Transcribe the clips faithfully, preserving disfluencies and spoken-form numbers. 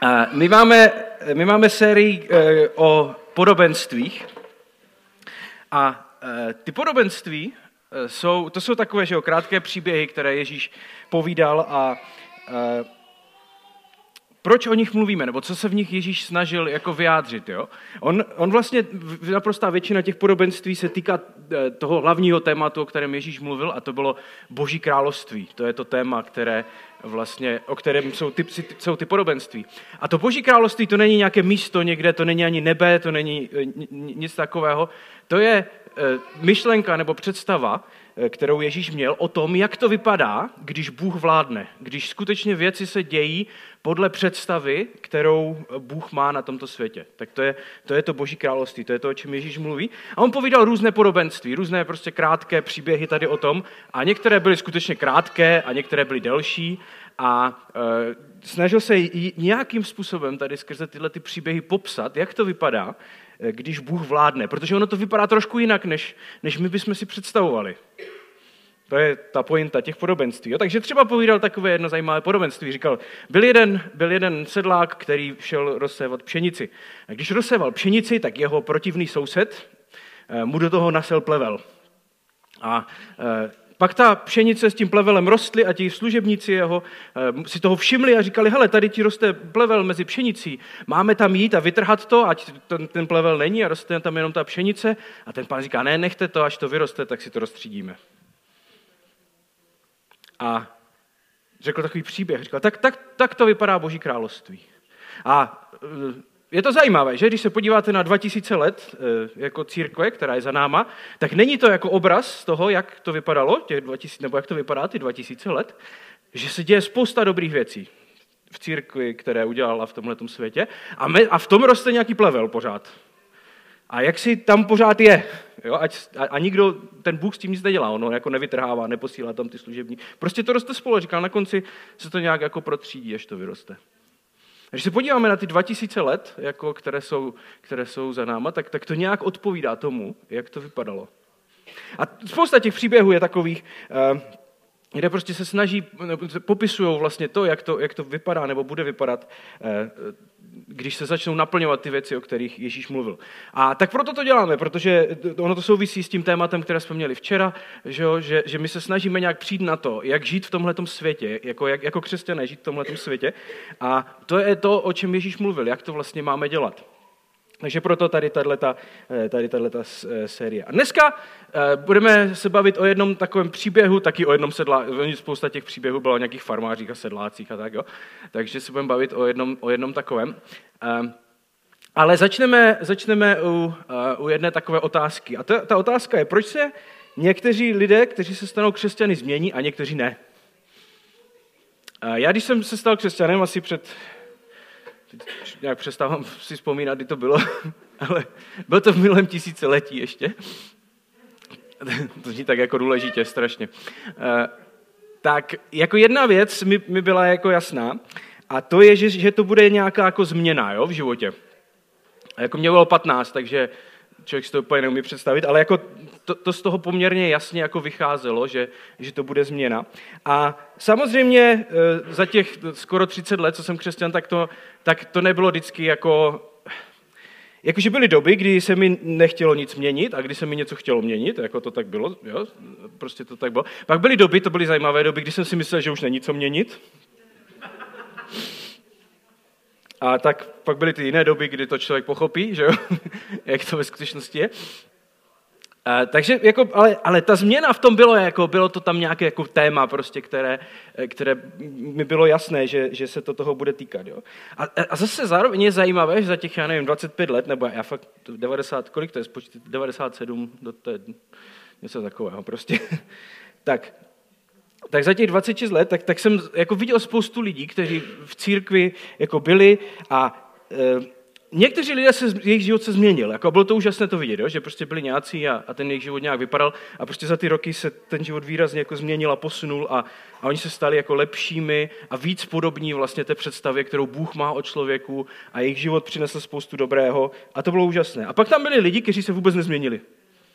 My máme, my máme sérii o podobenstvích a ty podobenství jsou, to jsou takové, že jo, krátké příběhy, které Ježíš povídal a proč o nich mluvíme, nebo co se v nich Ježíš snažil jako vyjádřit. Jo? On, on vlastně, naprostá většina těch podobenství se týká toho hlavního tématu, o kterém Ježíš mluvil, a to bylo Boží království. To je to téma, které vlastně, o kterém jsou ty, jsou ty podobenství. A to Boží království, to není nějaké místo někde, to není ani nebe, to není nic takového. To je myšlenka nebo představa, kterou Ježíš měl o tom, jak to vypadá, když Bůh vládne, když skutečně věci se dějí podle představy, kterou Bůh má na tomto světě. Tak to je, to je to Boží království, to je to, o čem Ježíš mluví. A on povídal různé podobenství, různé prostě krátké příběhy tady o tom, a některé byly skutečně krátké a některé byly delší a e, snažil se nějakým způsobem tady skrze tyhle ty příběhy popsat, jak to vypadá, když Bůh vládne, protože ono to vypadá trošku jinak, než, než my bychom si představovali. To je ta pointa těch podobenství. Jo? Takže třeba povídal takové jedno zajímavé podobenství. Říkal, byl jeden, byl jeden sedlák, který šel rozsévat pšenici. A když rozséval pšenici, tak jeho protivný soused mu do toho nasel plevel. A pak ta pšenice s tím plevelem rostly a ti služebníci jeho si toho všimli a říkali, hele, tady ti roste plevel mezi pšenicí, máme tam jít a vytrhat to, ať ten, ten plevel není a roste tam jenom ta pšenice. A ten pán říká, ne, nechte to, až to vyroste, tak si to rozstřídíme. A řekl takový příběh, říkal, tak, tak, tak to vypadá Boží království. A je to zajímavé, že když se podíváte na dva tisíce let jako církve, která je za náma, tak není to jako obraz toho, jak to vypadalo, těch dva tisíce, nebo jak to vypadá ty dva tisíce let, že se děje spousta dobrých věcí v církvi, které udělala v tomhletom světě, a, me, a v tom roste nějaký plevel pořád. A jak si tam pořád je, jo? Ať, a, a nikdo, ten Bůh s tím nic nedělá, on ho jako nevytrhává, neposílá tam ty služební. Prostě to roste spolu, říkal, na konci se to nějak jako protřídí, až to vyroste. A když se podíváme na ty dva tisíce let, jako které, jsou, které jsou za náma, tak, tak to nějak odpovídá tomu, jak to vypadalo. A spousta těch příběhů je takových, kde prostě se snaží, popisují vlastně to, jak to, jak to vypadá nebo bude vypadat, když se začnou naplňovat ty věci, o kterých Ježíš mluvil. A tak proto to děláme, protože ono to souvisí s tím tématem, které jsme měli včera, že, jo, že, že my se snažíme nějak přijít na to, jak žít v tomhletom světě, jako, jak, jako křesťané žít v tomhletom světě. A to je to, o čem Ježíš mluvil, jak to vlastně máme dělat. Takže proto tady tato, tady tato série. A dneska budeme se bavit o jednom takovém příběhu, taky o jednom sedláku. Spousta těch příběhů bylo o nějakých farmářích a sedlácích a tak, jo. Takže se budeme bavit o jednom, o jednom takovém. Ale začneme, začneme u, u jedné takové otázky. A ta, ta otázka je, proč se někteří lidé, kteří se stanou křesťany, změní a někteří ne. Já, když jsem se stal křesťanem asi před... nějak přestávám si vzpomínat, kdy to bylo, ale bylo to v minulém tisíciletí ještě. To zní tak jako důležitě, strašně. Tak jako jedna věc mi, mi byla jako jasná, a to je, že, že to bude nějaká jako změna, jo, v životě. A jako mě bylo patnáct, takže člověk si to úplně neumí představit, ale jako to, to z toho poměrně jasně jako vycházelo, že, že to bude změna. A samozřejmě za těch skoro třicet let, co jsem křesťan, tak to, tak to nebylo vždycky jako... Jakože byly doby, kdy se mi nechtělo nic měnit a kdy se mi něco chtělo měnit, jako to tak bylo, jo, prostě to tak bylo. Pak byly doby, to byly zajímavé doby, kdy jsem si myslel, že už není co měnit. A tak pak byly ty jiné doby, kdy to člověk pochopí, že jo? Jak to ve skutečnosti je. A, takže jako, ale, ale ta změna v tom bylo, jako, bylo to tam nějaké jako téma, prostě, které, které mi bylo jasné, že, že se to toho bude týkat. Jo? A, a zase zároveň je zajímavé, že za těch, já nevím, dvacet pět let, nebo já fakt devadesát, kolik to je, spočít, devadesát sedm, do té, něco takového prostě. tak, tak za těch dvacet šest let, tak, tak jsem jako viděl spoustu lidí, kteří v církvi jako byli a e, někteří lidé, se, jejich život se změnil. Jako bylo to úžasné to vidět, jo? Že prostě byli nějací a, a ten jejich život nějak vypadal a prostě za ty roky se ten život výrazně jako změnil a posunul a, a oni se stali jako lepšími a víc podobní vlastně té představě, kterou Bůh má o člověku, a jejich život přinesl spoustu dobrého a to bylo úžasné. A pak tam byli lidi, kteří se vůbec nezměnili.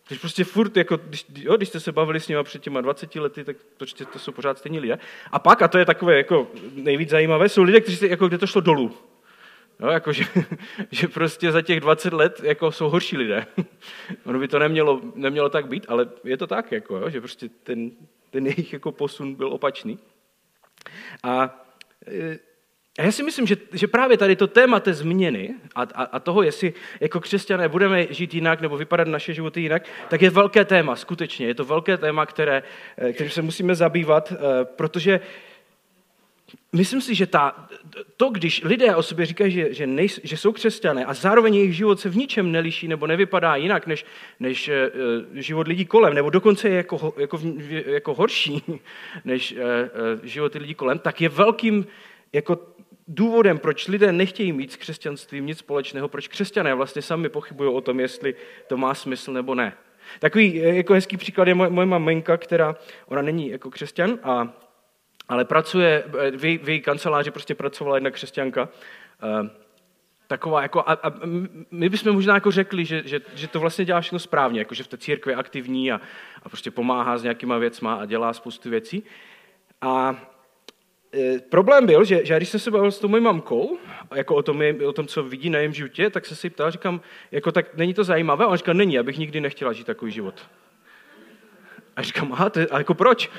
Když prostě furt, jako, když, jo, když jste se bavili s nimi před těma dvaceti lety, tak to, to jsou pořád stejní lidé. A pak, a to je takové jako nejvíc zajímavé, jsou lidé, kteří, jako, kde to šlo dolů. No, jako, že, že prostě za těch dvacet let jako, jsou horší lidé. Ono by to nemělo, nemělo tak být, ale je to tak, jako, jo, že prostě ten, ten jejich jako, posun byl opačný. A A já si myslím, že, že právě tady to téma té změny a, a, a toho, jestli jako křesťané budeme žít jinak nebo vypadat naše životy jinak, tak je velké téma, skutečně. Je to velké téma, které, kterým se musíme zabývat, protože myslím si, že ta, to, když lidé o sobě říkají, že, že, nejs, že jsou křesťané a zároveň jejich život se v ničem neliší nebo nevypadá jinak než, než život lidí kolem, nebo dokonce je jako, jako, jako horší než životy lidí kolem, tak je velkým jako důvodem, proč lidé nechtějí mít s křesťanstvím nic společného, proč křesťané vlastně sami pochybují o tom, jestli to má smysl nebo ne. Takový jako hezký příklad je moje, moje maminka, která, ona není jako křesťan, a, ale pracuje, v, jej, v její kanceláři prostě pracovala jedna křesťanka, uh, taková jako, a, a my bychom možná jako řekli, že, že, že to vlastně dělá všechno správně, jako že v té církvi je aktivní a, a prostě pomáhá s nějakýma věcma a dělá spoustu věcí. A problém byl, že, že když jsem se bavil s tou mojí mamkou, jako o tom, o tom, co vidí na jejím životě, tak se si ptal, říkám, jako tak není to zajímavé? A on říkal, není, abych nikdy nechtěla žít takový život. A říkám, aha, to je, a jako proč?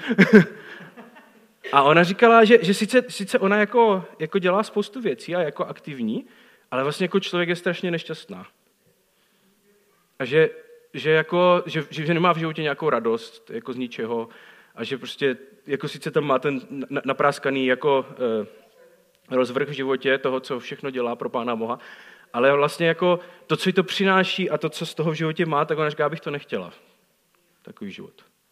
A ona říkala, že, že sice, sice ona jako, jako dělá spoustu věcí a jako aktivní, ale vlastně jako člověk je strašně nešťastná. A že, že, jako, že, že nemá v životě nějakou radost jako z ničeho, a že prostě jako sice tam má ten napráskaný jako e, rozvrh v životě toho, co všechno dělá pro Pána Boha, ale vlastně jako to, co jí to přináší a to, co z toho v životě má, tak ona říká, abych to nechtěla. Takový život.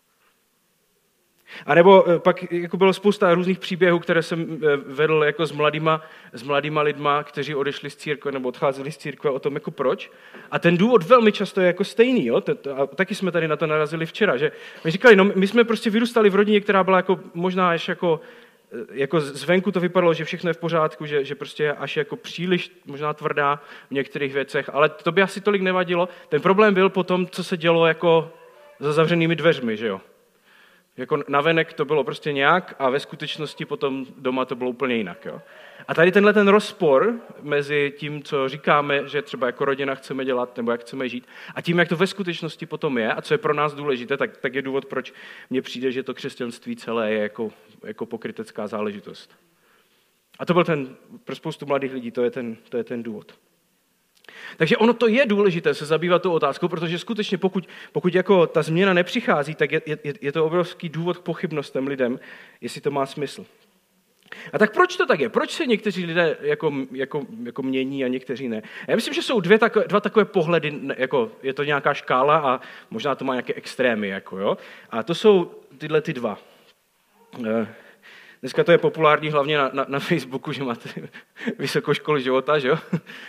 A nebo e, pak jako bylo spousta různých příběhů, které jsem e, vedl jako s mladýma, s mladýma lidma, kteří odešli z církve nebo odcházeli z církve, o tom jako proč. A ten důvod velmi často je jako stejný. Jo? A taky jsme tady na to narazili včera. Že my říkali, no my jsme prostě vyrůstali v rodině, která byla jako možná až jako, jako zvenku to vypadalo, že všechno je v pořádku, že, že prostě je až jako příliš možná tvrdá v některých věcech, ale to by asi tolik nevadilo. Ten problém byl potom, co se dělo jako za zavřenými dveřmi, že jo. Jako navenek to bylo prostě nějak a ve skutečnosti potom doma to bylo úplně jinak. Jo? A tady tenhle ten rozpor mezi tím, co říkáme, že třeba jako rodina chceme dělat nebo jak chceme žít, a tím, jak to ve skutečnosti potom je a co je pro nás důležité, tak, tak je důvod, proč mně přijde, že to křesťanství celé je jako, jako pokrytecká záležitost. A to byl ten, pro spoustu mladých lidí, to je ten, to je ten důvod. Takže ono to je důležité se zabývat tou otázkou, protože skutečně pokud, pokud jako ta změna nepřichází, tak je, je, je to obrovský důvod k pochybnostem lidem, jestli to má smysl. A tak proč to tak je? Proč se někteří lidé jako, jako, jako mění a někteří ne? Já myslím, že jsou dvě takové, dva takové pohledy, jako je to nějaká škála a možná to má nějaké extrémy. Jako, jo? A to jsou tyhle ty dva. Dneska to je populární hlavně na, na, na Facebooku, že máte vysokou školu života, že jo?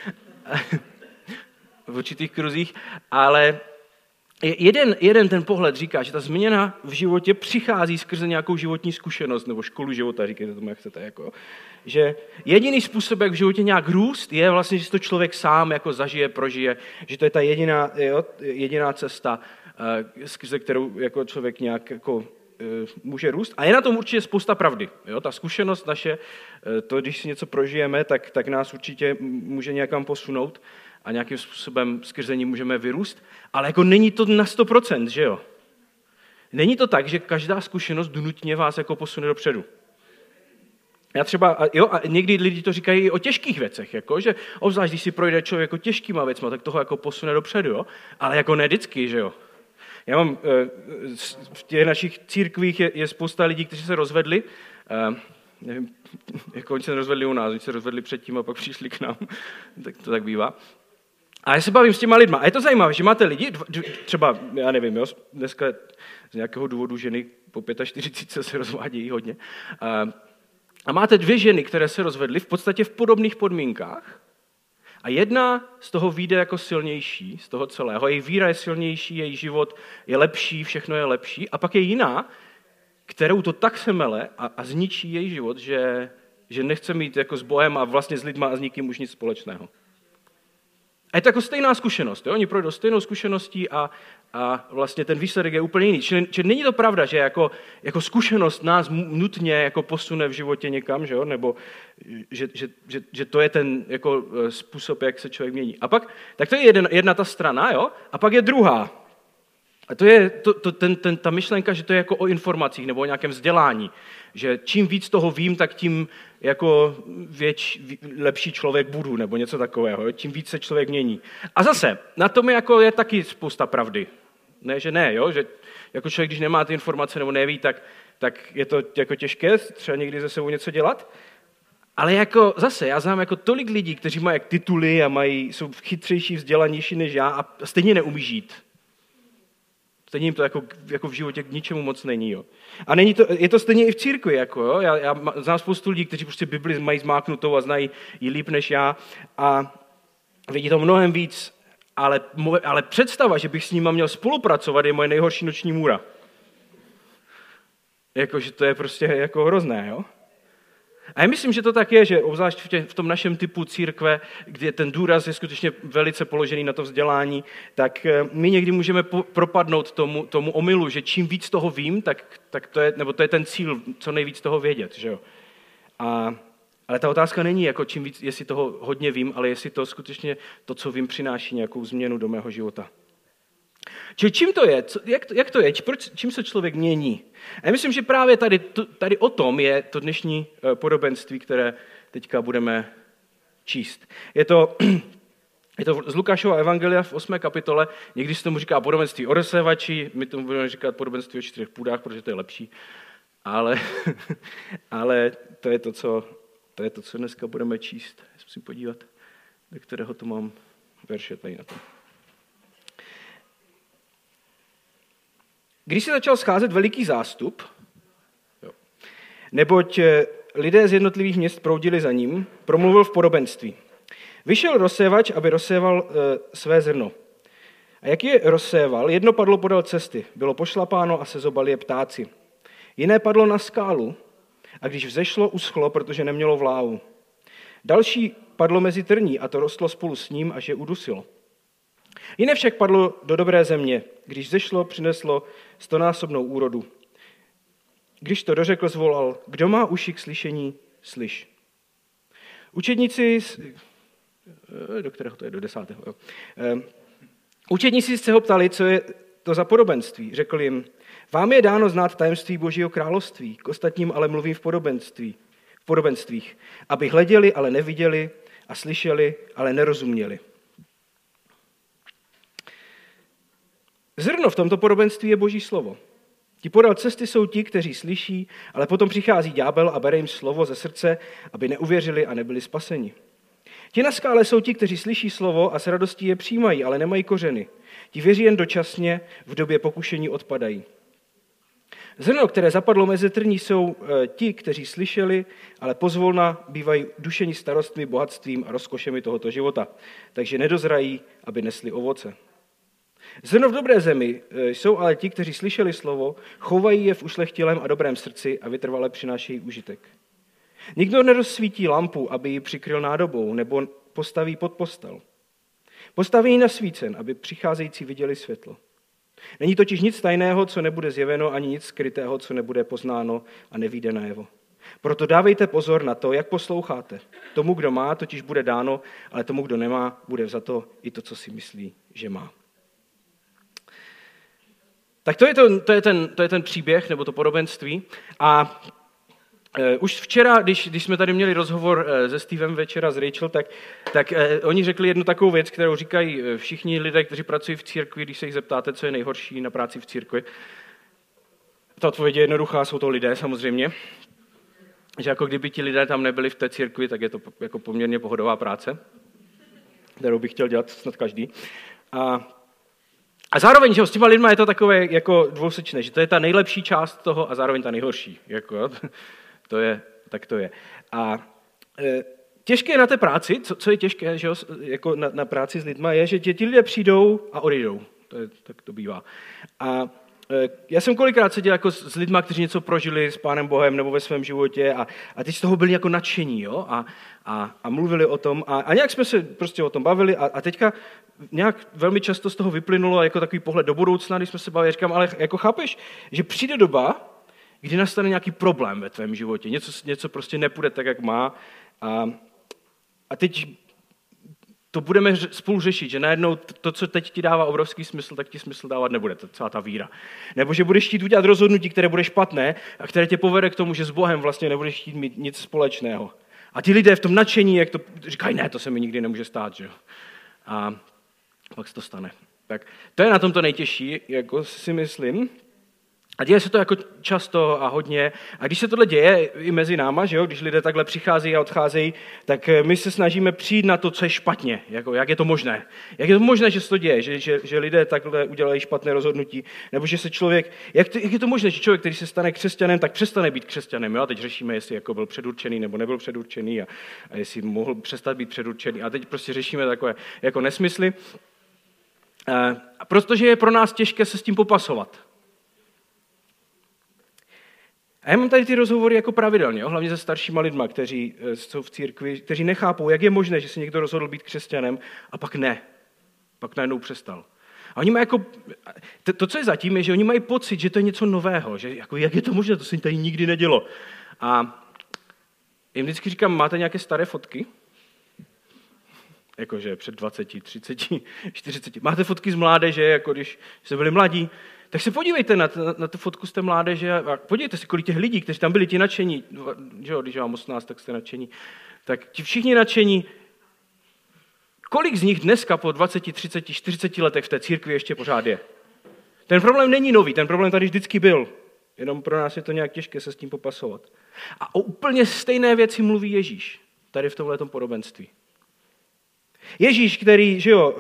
V určitých kruzích, ale jeden, jeden ten pohled říká, že ta změna v životě přichází skrze nějakou životní zkušenost, nebo školu života, říkejte tomu, jak chcete. Jako. Že jediný způsob, jak v životě nějak růst, je vlastně, že si to člověk sám jako zažije, prožije, že to je ta jediná, jo, jediná cesta, skrze kterou jako člověk nějak jako může růst. A je na tom určitě spousta pravdy. Jo? Ta zkušenost naše, to, když si něco prožijeme, tak, tak nás určitě může nějakam posunout a nějakým způsobem skrze ní můžeme vyrůst. Ale jako není to na sto procent, že jo? Není to tak, že každá zkušenost nutně vás jako posune dopředu. Já třeba, jo, a někdy lidi to říkají i o těžkých věcech, jako, že obzvlášť, když si projde člověk jako těžkýma věcma, tak toho jako posune dopředu, jo? Ale jako ne vždycky, že jo? Já mám, v těch našich církvích je, je spousta lidí, kteří se rozvedli, nevím, jako oni se rozvedli u nás, oni se rozvedli předtím a pak přišli k nám, tak to tak bývá. A já se bavím s těma lidma. A je to zajímavé, že máte lidi, třeba, já nevím, jo, dneska z nějakého důvodu ženy po čtyřicet pět se rozvádějí hodně. A máte dvě ženy, které se rozvedly v podstatě v podobných podmínkách. A jedna z toho vyjde jako silnější, z toho celého. Její víra je silnější, její život je lepší, všechno je lepší. A pak je jiná, kterou to tak semele a, a zničí její život, že, že nechce mít jako s Bohem a vlastně s lidma a s nikým už nic společného. A je to jako stejná zkušenost. Jo? Oni projdou stejnou zkušeností a, a vlastně ten výsledek je úplně jiný. Čili, čili není to pravda, že jako, jako zkušenost nás nutně jako posune v životě někam, že jo? Nebo že, že, že, že to je ten jako způsob, jak se člověk mění. A pak, tak to je jedna, jedna ta strana, jo? A pak je druhá. A to je to, to, ten, ten, ta myšlenka, že to je jako o informacích nebo o nějakém vzdělání. Že čím víc toho vím, tak tím jako věč, lepší člověk budu, nebo něco takového. Tím víc se člověk mění. A zase, na tom je, jako je taky spousta pravdy. Ne, že ne, jo? Že jako člověk, když nemá ty informace nebo neví, tak, tak je to jako těžké třeba někdy ze sebou něco dělat. Ale jako zase, já znám jako tolik lidí, kteří mají tituly a mají, jsou chytřejší, vzdělanější než já a stejně neumí žít. Stejně jim to jako, jako v životě k ničemu moc není. Jo. A není to, je to stejně i v církvi. Jako, jo. Já, já znám spoustu lidí, kteří prostě Bibli mají zmáknutou a znají ji líp než já a vědí to mnohem víc, ale, ale představa, že bych s nima měl spolupracovat, je moje nejhorší noční můra. Jako, že to je prostě jako hrozné. Jo. A já myslím, že to tak je, že obzvlášť v, tě, v tom našem typu církve, kde ten důraz je skutečně velice položený na to vzdělání, tak my někdy můžeme po, propadnout tomu, tomu omylu, že čím víc toho vím, tak, tak to je, nebo to je ten cíl, co nejvíc toho vědět. Že jo? A, ale ta otázka není, jako čím víc, jestli toho hodně vím, ale jestli to skutečně to, co vím, přináší nějakou změnu do mého života. Čili čím to je? Co, jak, to, jak to je? Proč, čím se člověk mění? A já myslím, že právě tady, tady o tom je to dnešní podobenství, které teďka budeme číst. Je to, je to z Lukášova evangelia v osmé kapitole, někdy se tomu říká podobenství o rozsévači, my tomu budeme říkat podobenství o čtyřech půdách, protože to je lepší, ale, ale to, je to, co, to je to, co dneska budeme číst. Já se musím podívat, do kterého tu mám verše tady na tom. Když se začal scházet veliký zástup, jo, neboť lidé z jednotlivých měst proudili za ním, promluvil v podobenství. Vyšel rozsévač, aby rozséval e, své zrno. A jak je rozséval, jedno padlo podél cesty, bylo pošlapáno a sezobali je ptáci. Jiné padlo na skálu a když vzešlo, uschlo, protože nemělo vláhu. Další padlo mezi trní a to rostlo spolu s ním, až je udusilo. Jiné však padlo do dobré země, když zešlo, přineslo stonásobnou úrodu. Když to dořekl, zvolal, kdo má uši k slyšení, slyš. Učedníci, do kterého to je, do desátého, jo. Učedníci se ho ptali, co je to za podobenství. Řekl jim, vám je dáno znát tajemství Božího království, k ostatním ale mluvím v podobenství, v podobenstvích, aby hleděli, ale neviděli a slyšeli, ale nerozuměli. Zrno v tomto podobenství je Boží slovo. Ti podél cesty jsou ti, kteří slyší, ale potom přichází ďábel a bere jim slovo ze srdce, aby neuvěřili a nebyli spaseni. Ti na skále jsou ti, kteří slyší slovo a s radostí je přijímají, ale nemají kořeny. Ti věří jen dočasně, v době pokušení odpadají. Zrno, které zapadlo mezi trní, jsou e, ti, kteří slyšeli, ale pozvolna bývají dušeni starostmi, bohatstvím a rozkošemi tohoto života, takže nedozrají, aby nesli ovoce. Zrno v dobré zemi jsou ale ti, kteří slyšeli slovo, chovají je v ušlechtilém a dobrém srdci a vytrvale přinášejí užitek. Nikdo nerozsvítí lampu, aby ji přikryl nádobou, nebo postaví pod postel. Postaví ji na svícen, aby přicházející viděli světlo. Není totiž nic tajného, co nebude zjeveno, ani nic skrytého, co nebude poznáno a nevyjde najevo. Proto dávejte pozor na to, jak posloucháte. Tomu, kdo má, totiž bude dáno, ale tomu, kdo nemá, bude vzato i to, co si myslí, že má. Tak to je, to, to, je ten, to je ten příběh, nebo to podobenství. A e, už včera, když, když jsme tady měli rozhovor e, se Stevem večera s Rachel, tak, tak e, oni řekli jednu takovou věc, kterou říkají všichni lidé, kteří pracují v církvi, když se jich zeptáte, co je nejhorší na práci v církvi. Ta odpověď je jednoduchá, jsou to lidé samozřejmě. Že jako kdyby ti lidé tam nebyli v té církvi, tak je to jako poměrně pohodová práce, kterou bych chtěl dělat snad každý. A A zároveň, že s těma lidma je to takové jako dvousečné, že to je ta nejlepší část toho a zároveň ta nejhorší. Jako, to je, tak to je. A e, těžké na té práci, co, co je těžké že, jako na, na práci s lidma, je, že ti lidé přijdou a odejdou. To je, tak to bývá. A já jsem kolikrát seděl jako s lidma, kteří něco prožili s Pánem Bohem nebo ve svém životě a, a teď z toho byli jako nadšení, jo? A, a, a mluvili o tom a, a nějak jsme se prostě o tom bavili a, a teďka nějak velmi často z toho vyplynulo jako takový pohled do budoucna, když jsme se bavili, říkám, ale jako chápeš, že přijde doba, kdy nastane nějaký problém ve tvém životě, něco, něco prostě nepůjde tak, jak má a, a teď to budeme spolu řešit, že najednou to, co teď ti dává obrovský smysl, tak ti smysl dávat nebude, to celá ta víra. Nebo že budeš chtít udělat rozhodnutí, které bude špatné a které tě povede k tomu, že s Bohem vlastně nebudeš chtít mít nic společného. A ti lidé v tom nadšení, jak to říkají, ne, to se mi nikdy nemůže stát, že jo. A pak se to stane. Tak to je na tom to nejtěžší, jako si myslím. A děje se to jako často a hodně. A když se tohle děje i mezi náma, že jo, když lidé takhle přicházejí a odcházejí, tak my se snažíme přijít na to, co je špatně. Jako, jak je to možné? Jak je to možné, že se to děje? Že, že, že lidé takhle udělají špatné rozhodnutí? Nebo že se člověk... Jak, to, jak je to možné, že člověk, který se stane křesťanem, tak přestane být křesťanem? Jo? A teď řešíme, jestli jako byl předurčený nebo nebyl předurčený a, a jestli mohl přestat být předurčený. A teď prostě řešíme takové jako nesmysly. A protože je pro nás těžké se s tím popasovat. A já mám tady ty rozhovory jako pravidelně, jo? Hlavně se staršíma lidma, kteří jsou v církvi, kteří nechápou, jak je možné, že se někdo rozhodl být křesťanem a pak ne. Pak najednou přestal. A oni mají jako, to, co je zatím, je, že oni mají pocit, že to je něco nového, že jako, jak je to možné, to se tady nikdy nedělo. A jim vždycky říkám, máte nějaké staré fotky? Jakože před dvaceti, třiceti, čtyřiceti. Máte fotky z mládeže, jako když jste byli mladí? Tak se podívejte na, na, na tu fotku z té mládeže a podívejte si, kolik těch lidí, kteří tam byli ti nadšení, že jo, když vám osmnáct, tak jste nadšení, tak ti všichni nadšení, kolik z nich dneska po dvaceti, třiceti, čtyřiceti letech v té církvi ještě pořád je? Ten problém není nový, ten problém tady vždycky byl, jenom pro nás je to nějak těžké se s tím popasovat. A o úplně stejné věci mluví Ježíš, tady v tomhletom podobenství. Ježíš, který, že jo,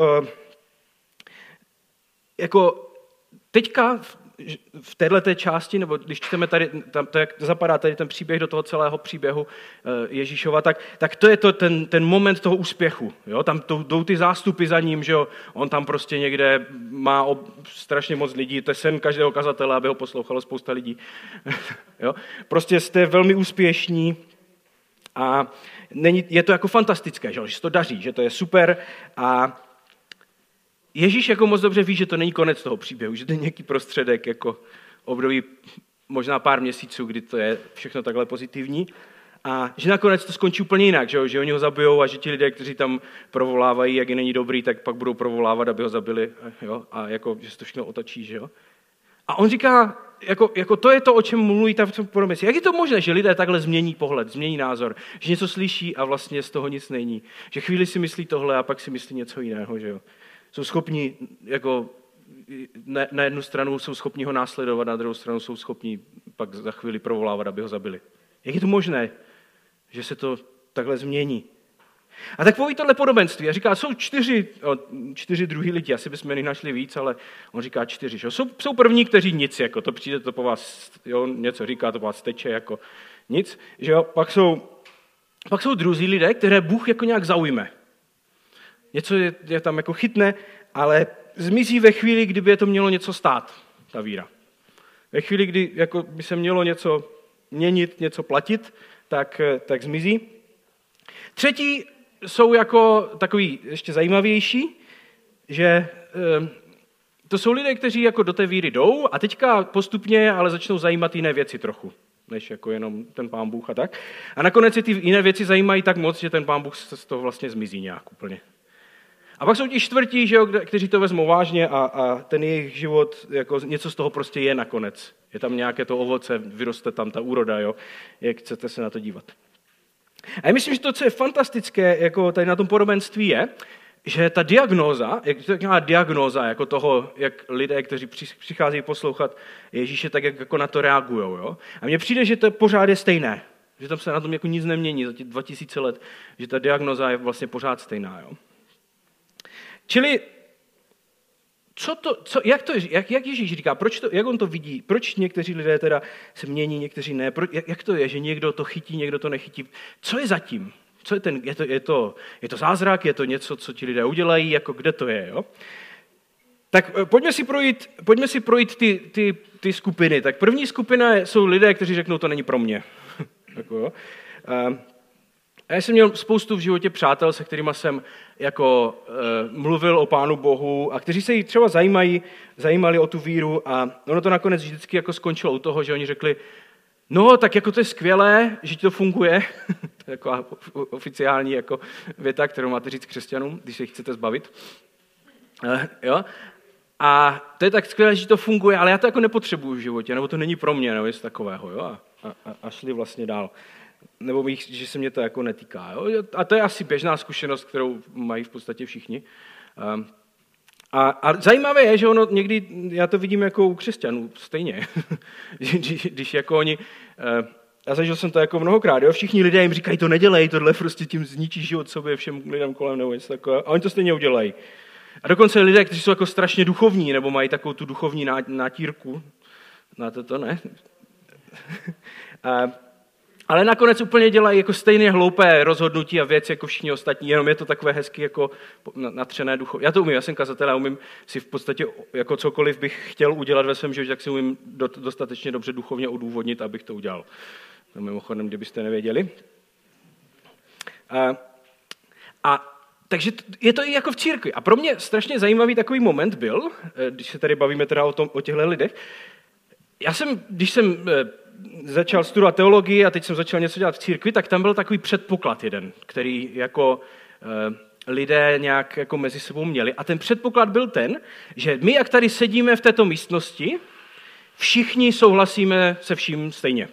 jako teďka v této části, nebo když čteme tady, tam, to jak zapadá tady ten příběh do toho celého příběhu Ježíšova, tak, tak to je to ten, ten moment toho úspěchu. Jo? Tam to, jdou ty zástupy za ním, že jo? On tam prostě někde má ob, strašně moc lidí, to je sen každého kazatele, aby ho poslouchalo spousta lidí. Jo? Prostě jste velmi úspěšní a není, je to jako fantastické, že, jo? Že se to daří, že to je super a Ježíš jako moc dobře ví, že to není konec toho příběhu, že to je nějaký prostředek, jako období možná pár měsíců, kdy to je všechno takhle pozitivní a že nakonec to skončí úplně jinak, že, jo? Že oni ho zabijou a že ti lidé, kteří tam provolávají, jak je není dobrý, tak pak budou provolávat, aby ho zabili, jo? A jako, že se to všechno otočí, že jo. A on říká, jako, jako to je to, o čem mluví ta podobenství. Jak je to možné, že lidé takhle změní pohled, změní názor, že něco slyší a vlastně z toho nic není, že chvíli si myslí tohle a pak si myslí něco jiného, že jo. Jsou schopni, jako na, na jednu stranu jsou schopni ho následovat, na druhou stranu jsou schopni pak za chvíli provolávat, aby ho zabili. Jak je to možné, že se to takhle změní? A tak poví tohle podobenství a říká, jsou čtyři, čtyři druhý lidi, asi bychom jich našli víc, ale on říká čtyři. Že? Jsou, jsou první, kteří nic, jako to přijde, to po vás, jo, něco říká, to po vás teče, jako nic. Že jo? Pak, jsou, pak jsou druzí lidé, které Bůh jako nějak zaujme. Něco je, je tam jako chytne, ale zmizí ve chvíli, kdyby je to mělo něco stát, ta víra. Ve chvíli, kdy jako by se mělo něco měnit, něco platit, tak, tak zmizí. Třetí jsou jako takový ještě zajímavější, že to jsou lidé, kteří jako do té víry jdou a teďka postupně ale začnou zajímat jiné věci trochu, než jako jenom ten Pán Bůh a tak. A nakonec se ty jiné věci zajímají tak moc, že ten Pán Bůh z toho vlastně zmizí nějak úplně. A pak jsou ti čtvrtí, že jo, kteří to vezmou vážně a, a ten jejich život, jako něco z toho prostě je nakonec. Je tam nějaké to ovoce, vyroste tam ta úroda, jo, jak chcete se na to dívat. A já myslím, že to, co je fantastické jako tady na tom podobenství je, že ta diagnóza, jak to je diagnóza jako toho, jak lidé, kteří přicházejí poslouchat Ježíše, tak jak jako na to reagujou. Jo? A mně přijde, že to pořád je stejné, že tam se na tom jako nic nemění za těch dva tisíce let, že ta diagnóza je vlastně pořád stejná. Jo? Čili co to, co, jak, to, jak, jak Ježíš říká, proč to, jak on to vidí, proč někteří lidé teda se mění, někteří ne, proč, jak, jak to je, že někdo to chytí, někdo to nechytí, co je zatím? Co je, ten, je, to, je, to, je to zázrak, je to něco, co ti lidé udělají, jako kde to je, jo? Tak pojďme si projít, pojďme si projít ty, ty, ty skupiny. Tak první skupina jsou lidé, kteří řeknou, to není pro mě. Jako, jo. A já jsem měl spoustu v životě přátel, se kterými jsem jako uh, mluvil o Pánu Bohu a kteří se jí třeba zajímají, zajímali o tu víru a ono to nakonec vždycky jako skončilo u toho, že oni řekli, no tak jako to je skvělé, že ti to funguje. To je taková oficiální jako věta, kterou máte říct křesťanům, když se jich chcete zbavit. Uh, jo? A to je tak skvělé, že to funguje, ale já to jako nepotřebuju v životě, nebo to není pro mě, nebo něco takového. Jo? A, a, a šli vlastně dál. Nebo bych, že se mě to jako netýká. Jo? A to je asi běžná zkušenost, kterou mají v podstatě všichni. A, a zajímavé je, že ono někdy, já to vidím jako u křesťanů stejně. Když jako oni, já zažil jsem to jako mnohokrát, jo? Všichni lidé jim říkají, to nedělej, tohle prostě tím zničí život sobě, všem lidem kolem nebo něco takového. A oni to stejně udělají. A dokonce lidé, kteří jsou jako strašně duchovní, nebo mají takovou tu duchovní nátírku, znáte to, ne? A, ale nakonec úplně dělají jako stejně hloupé rozhodnutí a věci jako všichni ostatní, jenom je to takové hezky jako natřené duchovní. Já to umím, já jsem kazatel, já umím si v podstatě jako cokoliv bych chtěl udělat ve svém životě, tak si umím dostatečně dobře duchovně odůvodnit, abych to udělal. To mimochodem, kdybyste nevěděli. A, a takže je to i jako v církvi. A pro mě strašně zajímavý takový moment byl, když se tady bavíme teda o, tom, o těchto lidech. Já jsem, když jsem začal studovat teologii a teď jsem začal něco dělat v církvi, tak tam byl takový předpoklad jeden, který jako lidé nějak jako mezi sebou měli. A ten předpoklad byl ten, že my, jak tady sedíme v této místnosti, všichni souhlasíme se vším stejně.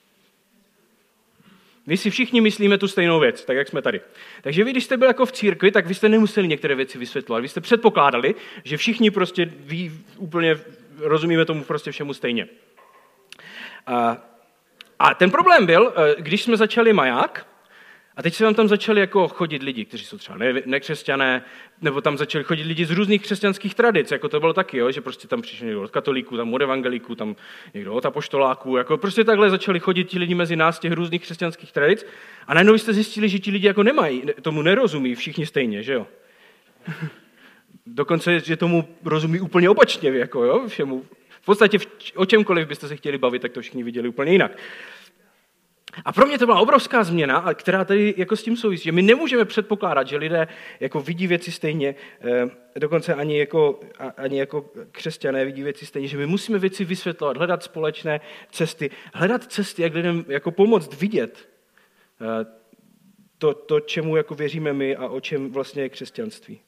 My si všichni myslíme tu stejnou věc, tak jak jsme tady. Takže vy, když jste byli jako v církvi, tak vy jste nemuseli některé věci vysvětlovat. Vy jste předpokládali, že všichni prostě ví, úplně rozumíme tomu prostě všemu stejně. A, a ten problém byl, když jsme začali Maják, a teď se vám tam začali jako chodit lidi, kteří jsou třeba ne, nekřesťané, nebo tam začali chodit lidi z různých křesťanských tradic, jako to bylo taky, jo, že prostě tam přišel někdo od katolíků, tam od evangelíků, tam někdo od apoštoláků, jako prostě takhle začali chodit ti lidi mezi nás těch různých křesťanských tradic a najednou jste zjistili, že ti lidi jako nemají, tomu nerozumí všichni stejně, že jo. Dokonce, že tomu rozumí úplně opačně, jako jo, všemu. V podstatě o čemkoliv byste se chtěli bavit, tak to všichni viděli úplně jinak. A pro mě to byla obrovská změna, která tady jako s tím souvisí, že my nemůžeme předpokládat, že lidé jako vidí věci stejně, dokonce ani jako, ani jako křesťané vidí věci stejně, že my musíme věci vysvětlovat, hledat společné cesty, hledat cesty, jak lidem jako pomoct vidět to, to, čemu jako věříme my a o čem vlastně je křesťanství.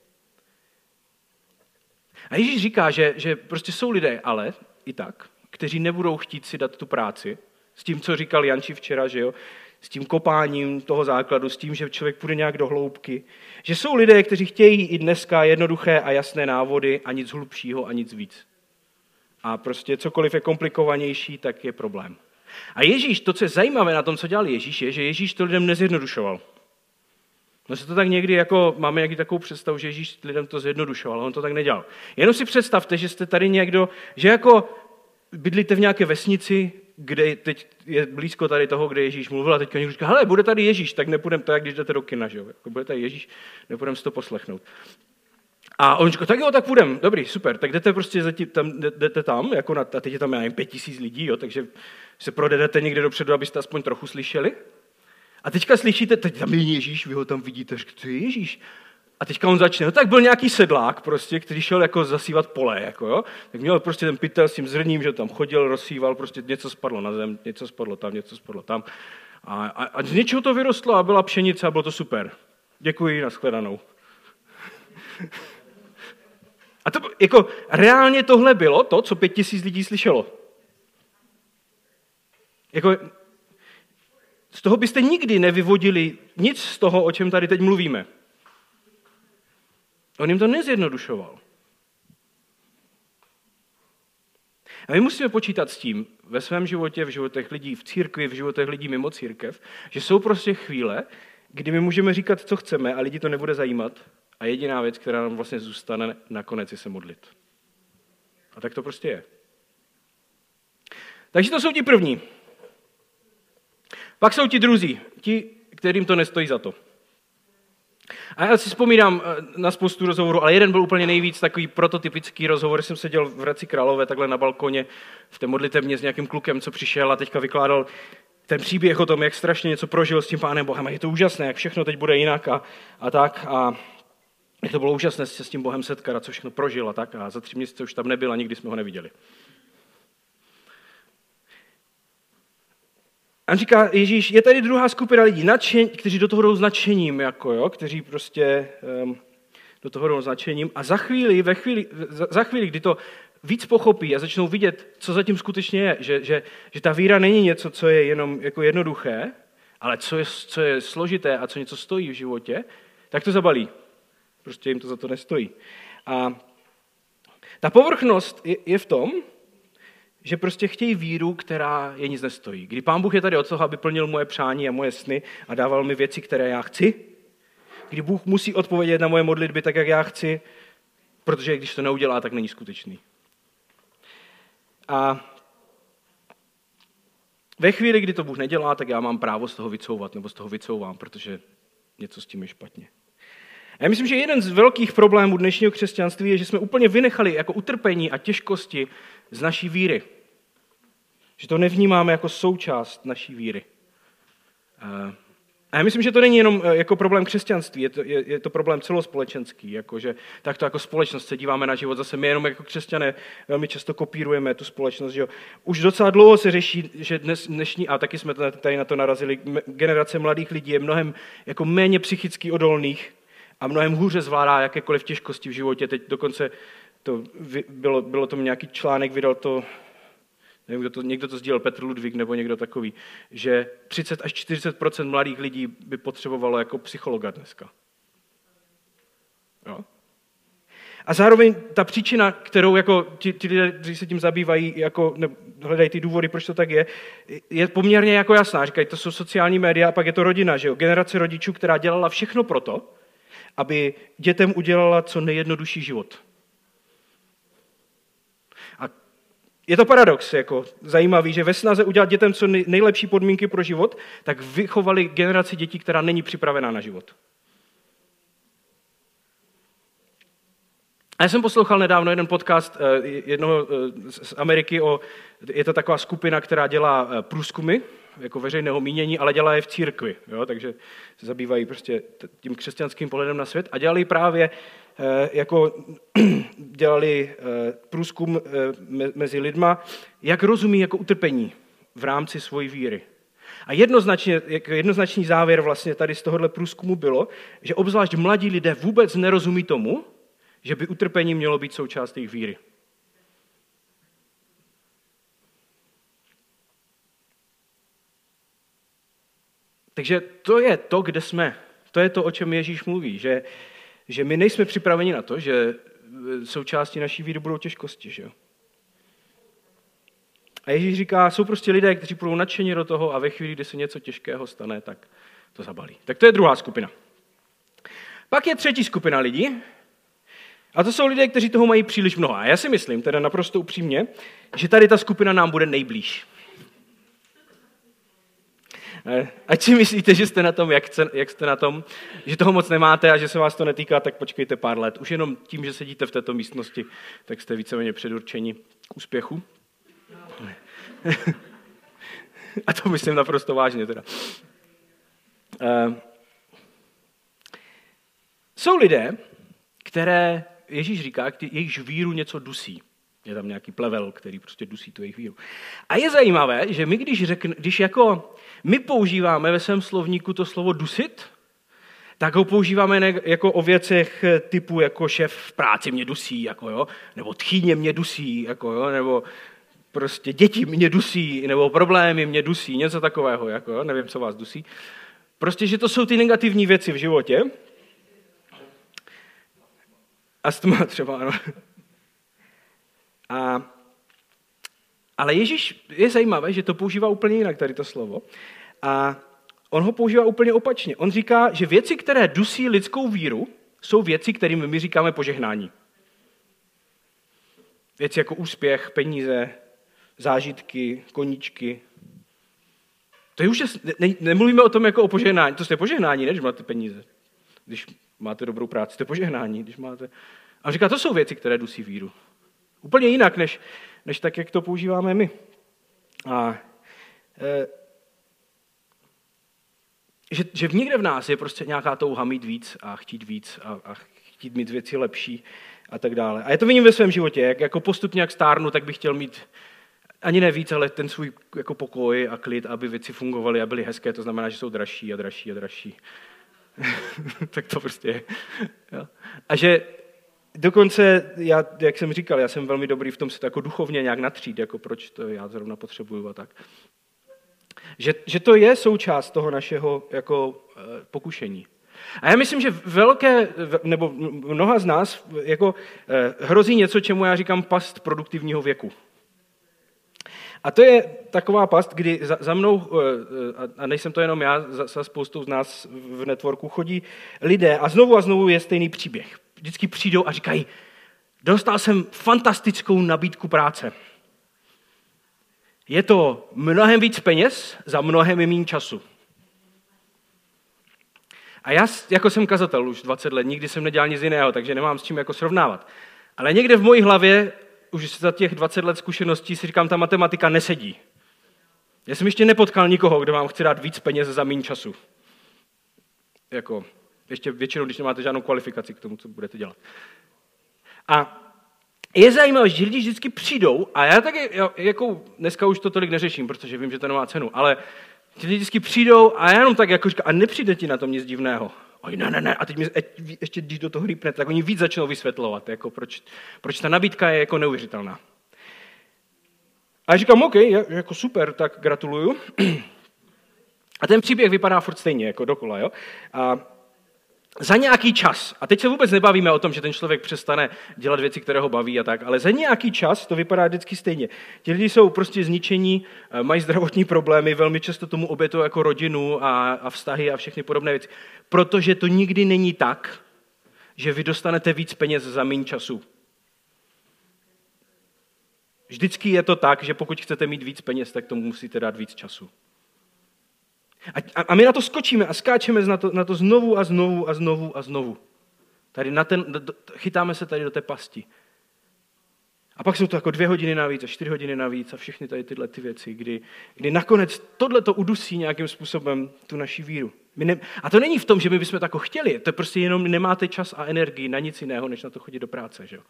A Ježíš říká, že, že prostě jsou lidé, ale i tak, kteří nebudou chtít si dát tu práci, s tím, co říkal Janči včera, že jo, s tím kopáním toho základu, s tím, že člověk půjde nějak do hloubky. Že jsou lidé, kteří chtějí i dneska jednoduché a jasné návody a nic hlubšího a nic víc. A prostě cokoliv je komplikovanější, tak je problém. A Ježíš, to, co je zajímavé na tom, co dělal Ježíš, je, že Ježíš to lidem nezjednodušoval. No se to tak někdy, jako máme někdy takovou představu, že Ježíš lidem to zjednodušoval, ale on to tak nedělal. Jenom si představte, že jste tady někdo, že jako bydlíte v nějaké vesnici, kde teď je blízko tady toho, kde Ježíš mluvil a teďka někdo říká, hele, bude tady Ježíš, tak nepůjdeme, to jak když jdete do kina, že jo, jako bude tady Ježíš, nepůjdeme si to poslechnout. A on říká, tak jo, tak půjdeme, dobrý, super, tak jdete prostě zatím, tam, jdete tam, jako na, a teď je tam, já nevím, pět tisíc lidí, jo, takže se prodedete někde dopředu, abyste aspoň trochu slyšeli. A teďka slyšíte, teď tam je Ježíš, vy ho tam vidíte, říkáte, co je Ježíš? A teďka on začne, no tak byl nějaký sedlák prostě, který šel jako zasívat pole, jako jo. Tak měl prostě ten pytel s tím zrním, že tam chodil, rozsíval, prostě něco spadlo na zem, něco spadlo tam, něco spadlo tam. A, a, a z něčeho to vyrostlo a byla pšenice a bylo to super. Děkuji, nashledanou. A to jako reálně tohle bylo to, co pět tisíc lidí slyšelo. Jako z toho byste nikdy nevyvodili nic z toho, o čem tady teď mluvíme. On jim to nezjednodušoval. A my musíme počítat s tím ve svém životě, v životech lidí v církvi, v životech lidí mimo církev, že jsou prostě chvíle, kdy my můžeme říkat, co chceme a lidi to nebude zajímat a jediná věc, která nám vlastně zůstane, nakonec je se modlit. A tak to prostě je. Takže to jsou ti první. Pak jsou ti druzí, ti, kterým to nestojí za to. A já si vzpomínám na spoustu rozhovorů, ale jeden byl úplně nejvíc takový prototypický rozhovor, jsem seděl v Hradci Králové takhle na balkoně v té modlitevně s nějakým klukem, co přišel a teďka vykládal ten příběh o tom, jak strašně něco prožil s tím Pánem Bohem. A je to úžasné, jak všechno teď bude jinak a, a tak. A jak to bylo úžasné se s tím Bohem setkat a co všechno prožil a tak. A za tři měsíce už tam nebyl a nikdy jsme ho neviděli. A říká Ježíš, je tady druhá skupina lidí, nadšen, kteří do toho jdou s nadšením, jako jo, kteří prostě um, do toho jdou s nadšením a za chvíli, ve chvíli, za, za chvíli, kdy to víc pochopí a začnou vidět, co zatím skutečně je, že, že, že ta víra není něco, co je jenom jako jednoduché, ale co je, co je složité a co něco stojí v životě, tak to zabalí. Prostě jim to za to nestojí. A ta povrchnost je, je v tom, že prostě chtějí víru, která je nic nestojí. Kdy Pán Bůh je tady od toho, aby plnil moje přání a moje sny a dával mi věci, které já chci, kdy Bůh musí odpovědět na moje modlitby tak, jak já chci, protože když to neudělá, tak není skutečný. A ve chvíli, kdy to Bůh nedělá, tak já mám právo z toho vycouvat, nebo z toho vycouvám, protože něco s tím je špatně. A já myslím, že jeden z velkých problémů dnešního křesťanství je, že jsme úplně vynechali jako utrpení a těžkosti z naší víry. Že to nevnímáme jako součást naší víry. A já myslím, že to není jenom jako problém křesťanství, je to, je, je to problém celospolečenský, jakože takto jako společnost se díváme na život, zase my jenom jako křesťané velmi často kopírujeme tu společnost. Že jo. Už docela dlouho se řeší, že dnes, dnešní, a taky jsme tady na to narazili, generace mladých lidí je mnohem jako méně psychicky odolných a mnohem hůře zvládá jakékoliv těžkosti v životě. Teď dokonce to bylo, bylo tomu nějaký článek, vydal to, nevím, kdo to, někdo to sdílel, Petr Ludvík nebo někdo takový, že třicet až čtyřicet procent mladých lidí by potřebovalo jako psychologa dneska. Jo? A zároveň ta příčina, kterou jako ti, ti lidé, kteří se tím zabývají, jako, ne, hledají ty důvody, proč to tak je, je poměrně jako jasná. Říkají, to jsou sociální média a pak je to rodina, že jo? Generace rodičů, která dělala všechno proto, aby dětem udělala co nejjednodušší život. A je to paradox, jako zajímavý, že ve snaze udělat dětem co nejlepší podmínky pro život, tak vychovali generaci dětí, která není připravená na život. A já jsem poslouchal nedávno jeden podcast jednoho z Ameriky, o, je to taková skupina, která dělá průzkumy jako veřejného mínění, ale dělá je v církvi, jo? Takže se zabývají prostě tím křesťanským pohledem na svět a dělali právě jako dělali průzkum mezi lidma, jak rozumí jako utrpení v rámci svojí víry. A jednoznačně, jednoznačný závěr vlastně tady z tohohle průzkumu bylo, že obzvlášť mladí lidé vůbec nerozumí tomu, že by utrpení mělo být součást jejich víry. Takže to je to, kde jsme. To je to, o čem Ježíš mluví, že, že my nejsme připraveni na to, že součástí naší víry budou těžkosti. Že jo? A Ježíš říká, jsou prostě lidé, kteří budou nadšení do toho a ve chvíli, kdy se něco těžkého stane, tak to zabalí. Tak to je druhá skupina. Pak je třetí skupina lidí, a to jsou lidé, kteří toho mají příliš mnoho. A já si myslím, teda naprosto upřímně, že tady ta skupina nám bude nejblíž. Ať si myslíte, že jste na tom, jak, jste, jak jste na tom, že toho moc nemáte a že se vás to netýká, tak počkejte pár let. Už jenom tím, že sedíte v této místnosti, tak jste víceméně předurčeni k úspěchu. A to myslím naprosto vážně teda. Uh, jsou lidé, které Ježíš říká, jejichž víru něco dusí. Je tam nějaký plevel, který prostě dusí tu jejich víru. A je zajímavé, že my, když, řekn, když jako my používáme ve svém slovníku to slovo dusit, tak ho používáme ne, jako o věcech typu jako šéf v práci mě dusí, jako jo, nebo tchýně mě dusí, jako jo, nebo prostě děti mě dusí, nebo problémy mě dusí, něco takového, jako jo, nevím, co vás dusí. Prostě, že to jsou ty negativní věci v životě. Astma třeba, ano. A, ale Ježíš je zajímavé, že to používá úplně jinak, tady to slovo. A on ho používá úplně opačně. On říká, že věci, které dusí lidskou víru, jsou věci, kterým my říkáme požehnání. Věci jako úspěch, peníze, zážitky, koníčky. To je už, ne, nemluvíme o tom jako o požehnání, to je požehnání, ne, že máte peníze. Když máte dobrou práci, to je požehnání. Když máte... A on říká, to jsou věci, které dusí víru. Úplně jinak, než, než tak, jak to používáme my. A e, že, že někde v nás je prostě nějaká touha mít víc a chtít víc a, a chtít mít věci lepší a tak dále. A já to vidím ve svém životě, jak jako postupně jak stárnu, tak bych chtěl mít ani ne víc, ale ten svůj jako pokoj a klid, aby věci fungovaly a byly hezké, to znamená, že jsou dražší a dražší a dražší. Tak to prostě je. Jo. A že dokonce, já, jak jsem říkal, já jsem velmi dobrý v tom se to jako duchovně nějak natřít, jako proč to já zrovna potřebuju a tak. Že, že to je součást toho našeho jako pokušení. A já myslím, že velké, nebo mnoha z nás jako hrozí něco, čemu já říkám past produktivního věku. A to je taková past, kdy za, za mnou, a nejsem to jenom já, za, za spoustou z nás v networku chodí lidé a znovu a znovu je stejný příběh. Vždycky přijdou a říkají, dostal jsem fantastickou nabídku práce. Je to mnohem víc peněz za mnohem méně času. A já jako jsem kazatel už dvacet let, nikdy jsem nedělal nic jiného, takže nemám s čím jako srovnávat. Ale někde v mojí hlavě už za těch dvacet let zkušeností si říkám, ta matematika nesedí. Já jsem ještě nepotkal nikoho, kdo vám chce dát víc peněz za méně času. Jako, ještě většinou, když nemáte žádnou kvalifikaci k tomu, co budete dělat. A je zajímavé, že lidi vždycky přijdou, a já taky, jako dneska už to tolik neřeším, protože vím, že to nemá cenu, ale ti lidi vždycky přijdou a já jenom tak jako říkám, a nepřijde ti na tom nic divného. Oj, ne, ne, ne, a teď mi, ještě když do toho rýpnete, tak oni víc začnou vysvětlovat, jako proč, proč ta nabídka je jako neuvěřitelná. A já říkám, OK, jako super, tak gratuluju. A ten příběh vypadá furt stejně, jako dokola, jo. A za nějaký čas, a teď se vůbec nebavíme o tom, že ten člověk přestane dělat věci, které ho baví a tak, ale za nějaký čas to vypadá vždycky stejně. Ti lidi jsou prostě zničení, mají zdravotní problémy, velmi často tomu obětují jako rodinu a, a vztahy a všechny podobné věci, protože to nikdy není tak, že vy dostanete víc peněz za méně času. Vždycky je to tak, že pokud chcete mít víc peněz, tak tomu musíte dát víc času. A, a my na to skočíme a skáčeme na to, na to znovu a znovu a znovu a znovu. Tady na ten, chytáme se tady do té pasti. A pak jsou to jako dvě hodiny navíc a čtyři hodiny navíc a všechny tady tyhle ty věci, kdy, kdy nakonec tohle to udusí nějakým způsobem tu naši víru. My ne, a to není v tom, že my bychom tako chtěli, to je prostě jenom nemáte čas a energii na nic jiného, než na to chodit do práce. Že jo?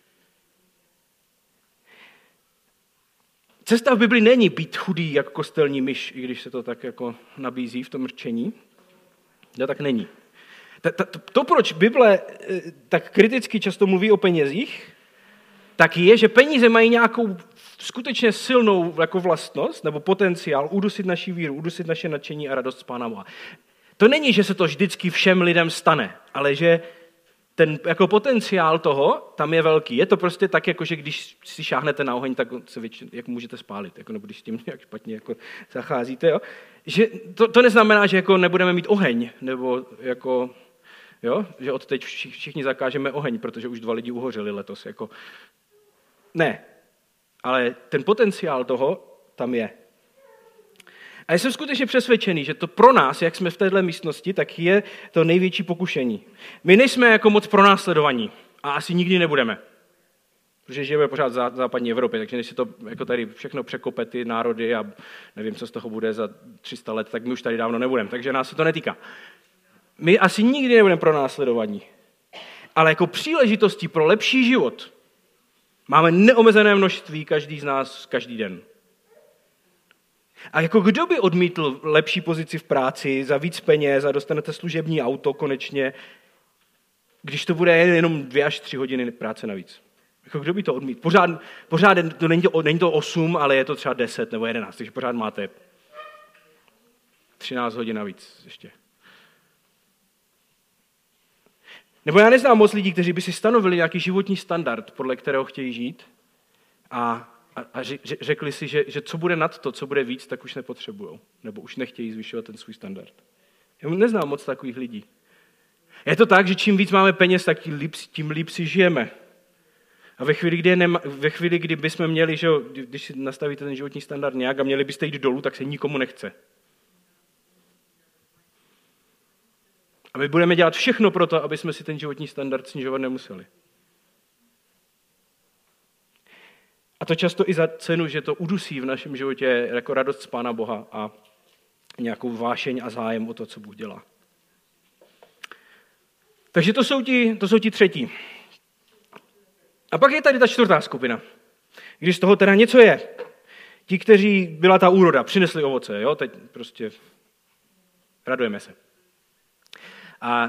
Cesta v Bibli není být chudý jako kostelní myš, i když se to tak jako nabízí v tom rčení. To tak není. To, proč Bible tak kriticky často mluví o penězích, tak je, že peníze mají nějakou skutečně silnou jako vlastnost nebo potenciál udusit naši víru, udusit naše nadšení a radost z Pána Boha. To není, že se to vždycky všem lidem stane, ale že ten jako potenciál toho tam je velký. Je to prostě tak, jako že když si šáhnete na oheň, tak se většinou, jak můžete spálit, jako, nebo když s tím nějak špatně jako zacházíte. Jo? Že to, to neznamená, že jako nebudeme mít oheň, nebo jako, jo? Že od teď všichni zakážeme oheň, protože už dva lidi uhořeli letos. Jako. Ne, ale ten potenciál toho tam je. A já jsem skutečně přesvědčený, že to pro nás, jak jsme v této místnosti, tak je to největší pokušení. My nejsme jako moc pronásledovaní a asi nikdy nebudeme. Protože žijeme pořád v západní Evropě, takže než si to jako tady všechno překope ty národy a nevím, co z toho bude za tři sta let, tak my už tady dávno nebudeme, takže nás se to netýká. My asi nikdy nebudeme pronásledovaní. Ale jako příležitosti pro lepší život máme neomezené množství, každý z nás, každý den. A jako kdo by odmítl lepší pozici v práci, za víc peněz a dostanete služební auto konečně, když to bude jenom dvě až tři hodiny práce navíc? Jako kdo by to odmítl? Pořád, pořád to není, to není to osm, ale je to třeba deset nebo jedenáct, takže pořád máte třináct hodin navíc ještě. Nebo já neznám moc lidí, kteří by si stanovili nějaký životní standard, podle kterého chtějí žít a A, a řekli si, že, že co bude nad to, co bude víc, tak už nepotřebujou. Nebo už nechtějí zvyšovat ten svůj standard. Já neznám moc takových lidí. Je to tak, že čím víc máme peněz, tak tím líp, tím líp si žijeme. A ve chvíli, kdy, nema, ve chvíli, kdy bychom měli, že když si nastavíte ten životní standard nějak a měli byste jít dolů, tak se nikomu nechce. A my budeme dělat všechno pro to, aby jsme si ten životní standard snižovat nemuseli. A to často i za cenu, že to udusí v našem životě jako radost z Pána Boha a nějakou vášeň a zájem o to, co Bůh dělá. Takže to jsou ti, to jsou ti třetí. A pak je tady ta čtvrtá skupina. Když z toho teda něco je. Ti, kteří byla ta úroda, přinesli ovoce, jo, teď prostě radujeme se. A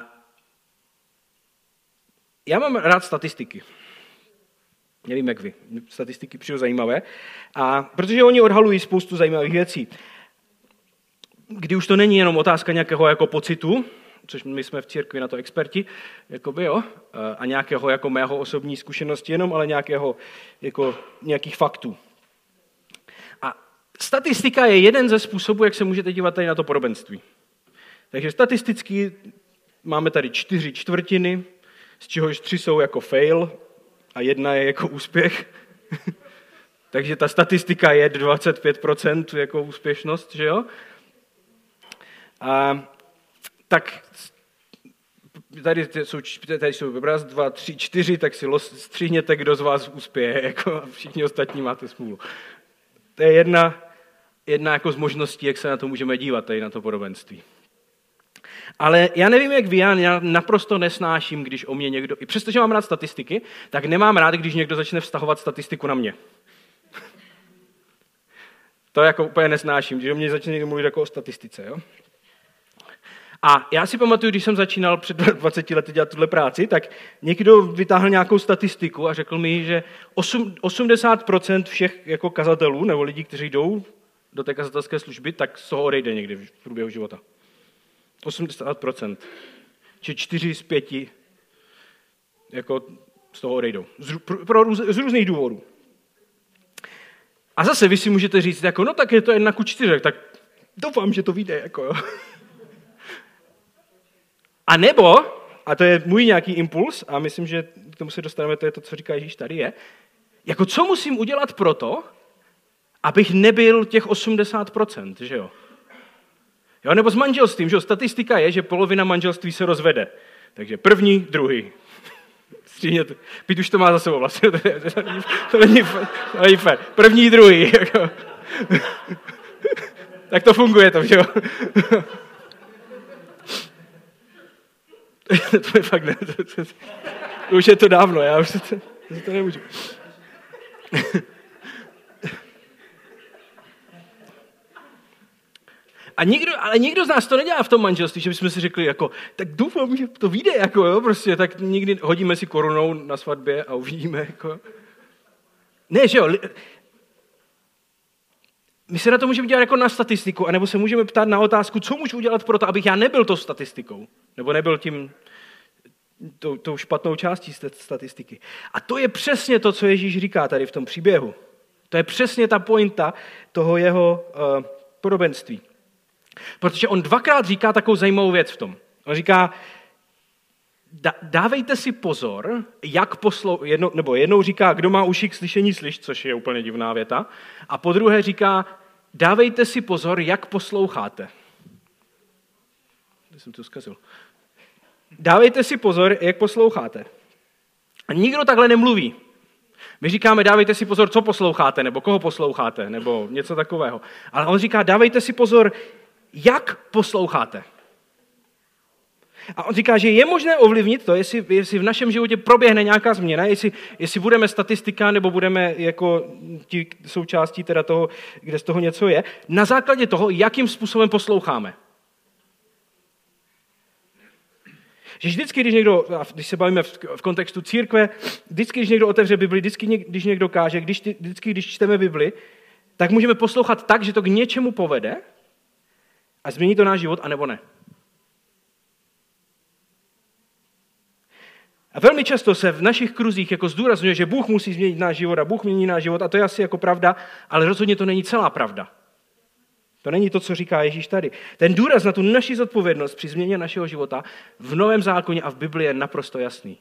já mám rád statistiky. Nevím, jak vy. Statistiky přijde zajímavé. A protože oni odhalují spoustu zajímavých věcí. Kdy už to není jenom otázka nějakého jako pocitu, což my jsme v církvi na to experti, jakoby, jo, a nějakého jako mého osobní zkušenosti jenom, ale nějakého, jako, nějakých faktů. A statistika je jeden ze způsobů, jak se můžete dívat tady na to podobenství. Takže statisticky máme tady čtyři čtvrtiny, z čehož tři jsou jako fail a jedna je jako úspěch. Takže ta statistika je dvacet pět procent jako úspěšnost, že jo? A tak tady jsou, tady jsou raz, dva, tři, čtyři, tak si stříhněte, kdo z vás uspěje, jako a všichni ostatní máte smůlu. To je jedna, jedna jako z možností, jak se na to můžeme dívat, tady na to podobenství. Ale já nevím, jak vy, já naprosto nesnáším, když o mě někdo, i přestože mám rád statistiky, tak nemám rád, když někdo začne vztahovat statistiku na mě. To jako úplně nesnáším, když o mě začne někdo mluvit jako o statistice, jo. A já si pamatuju, když jsem začínal před dvaceti lety dělat tuhle práci, tak někdo vytáhl nějakou statistiku a řekl mi, že osmdesát procent všech jako kazatelů nebo lidí, kteří jdou do té kazatelské služby, tak z toho odejde někdy v průběhu života. osmdesát procent. Či čtyři z pěti jako z toho odejdou. Z, pro, pro, z různých důvodů. A zase vy si můžete říct, jako, no tak je to jedna ku čtyřech, tak doufám, že to vyjde. Jako, jo. A nebo, a to je můj nějaký impuls, a myslím, že k tomu se dostaneme, to je to, co říká Ježíš tady, je, jako co musím udělat proto, abych nebyl těch osmdesát procent, že jo? Jo, nebo s manželstvím, že jo? Statistika je, že polovina manželství se rozvede. Takže první, druhý. Stříhněte. Pít už to má za sebou vlastně. To, je, to, není, to, není, to není fér. První, druhý. Jako. Tak to funguje to, že jo? To je fakt ne. To, to, to, už je to dávno, já už to, to, to nemůžu. A nikdo, ale nikdo z nás to nedělá v tom manželství, že bychom si řekli, jako, tak doufám, že to vyjde, jako, jo, prostě, tak nikdy hodíme si korunou na svatbě a uvidíme, jako. Ne, že jo, my se na to můžeme dělat jako na statistiku, anebo se můžeme ptát na otázku, co můžu udělat pro to, abych já nebyl tou statistikou, nebo nebyl tím, tou, tou špatnou částí statistiky. A to je přesně to, co Ježíš říká tady v tom příběhu. To je přesně ta pointa toho jeho uh, podobenství. Protože on dvakrát říká takovou zajímavou věc v tom. On říká, dávejte si pozor, jak poslou... Jednou, nebo jednou říká, kdo má uši k slyšení, slyš, což je úplně divná věta. A po druhé říká, dávejte si pozor, jak posloucháte. Kde jsem to zkazil? Dávejte si pozor, jak posloucháte. A nikdo takhle nemluví. My říkáme, dávejte si pozor, co posloucháte, nebo koho posloucháte, nebo něco takového. Ale on říká, dávejte si pozor, jak posloucháte. A on říká, že je možné ovlivnit to, jestli, jestli v našem životě proběhne nějaká změna, jestli, jestli budeme statistika, nebo budeme jako ti součástí teda toho, kde z toho něco je, na základě toho, jakým způsobem posloucháme. Že vždycky, když někdo, když se bavíme v, v kontextu církve, vždycky, když někdo otevře Bibli, vždycky, když někdo káže, když, vždycky, když čteme Bibli, tak můžeme poslouchat tak, že to k něčemu povede a změní to náš život, anebo ne. A velmi často se v našich kruzích jako zdůrazňuje, že Bůh musí změnit náš život a Bůh mění náš život a to je asi jako pravda, ale rozhodně to není celá pravda. To není to, co říká Ježíš tady. Ten důraz na tu naši zodpovědnost při změně našeho života v Novém zákoně a v Bibli je naprosto jasný.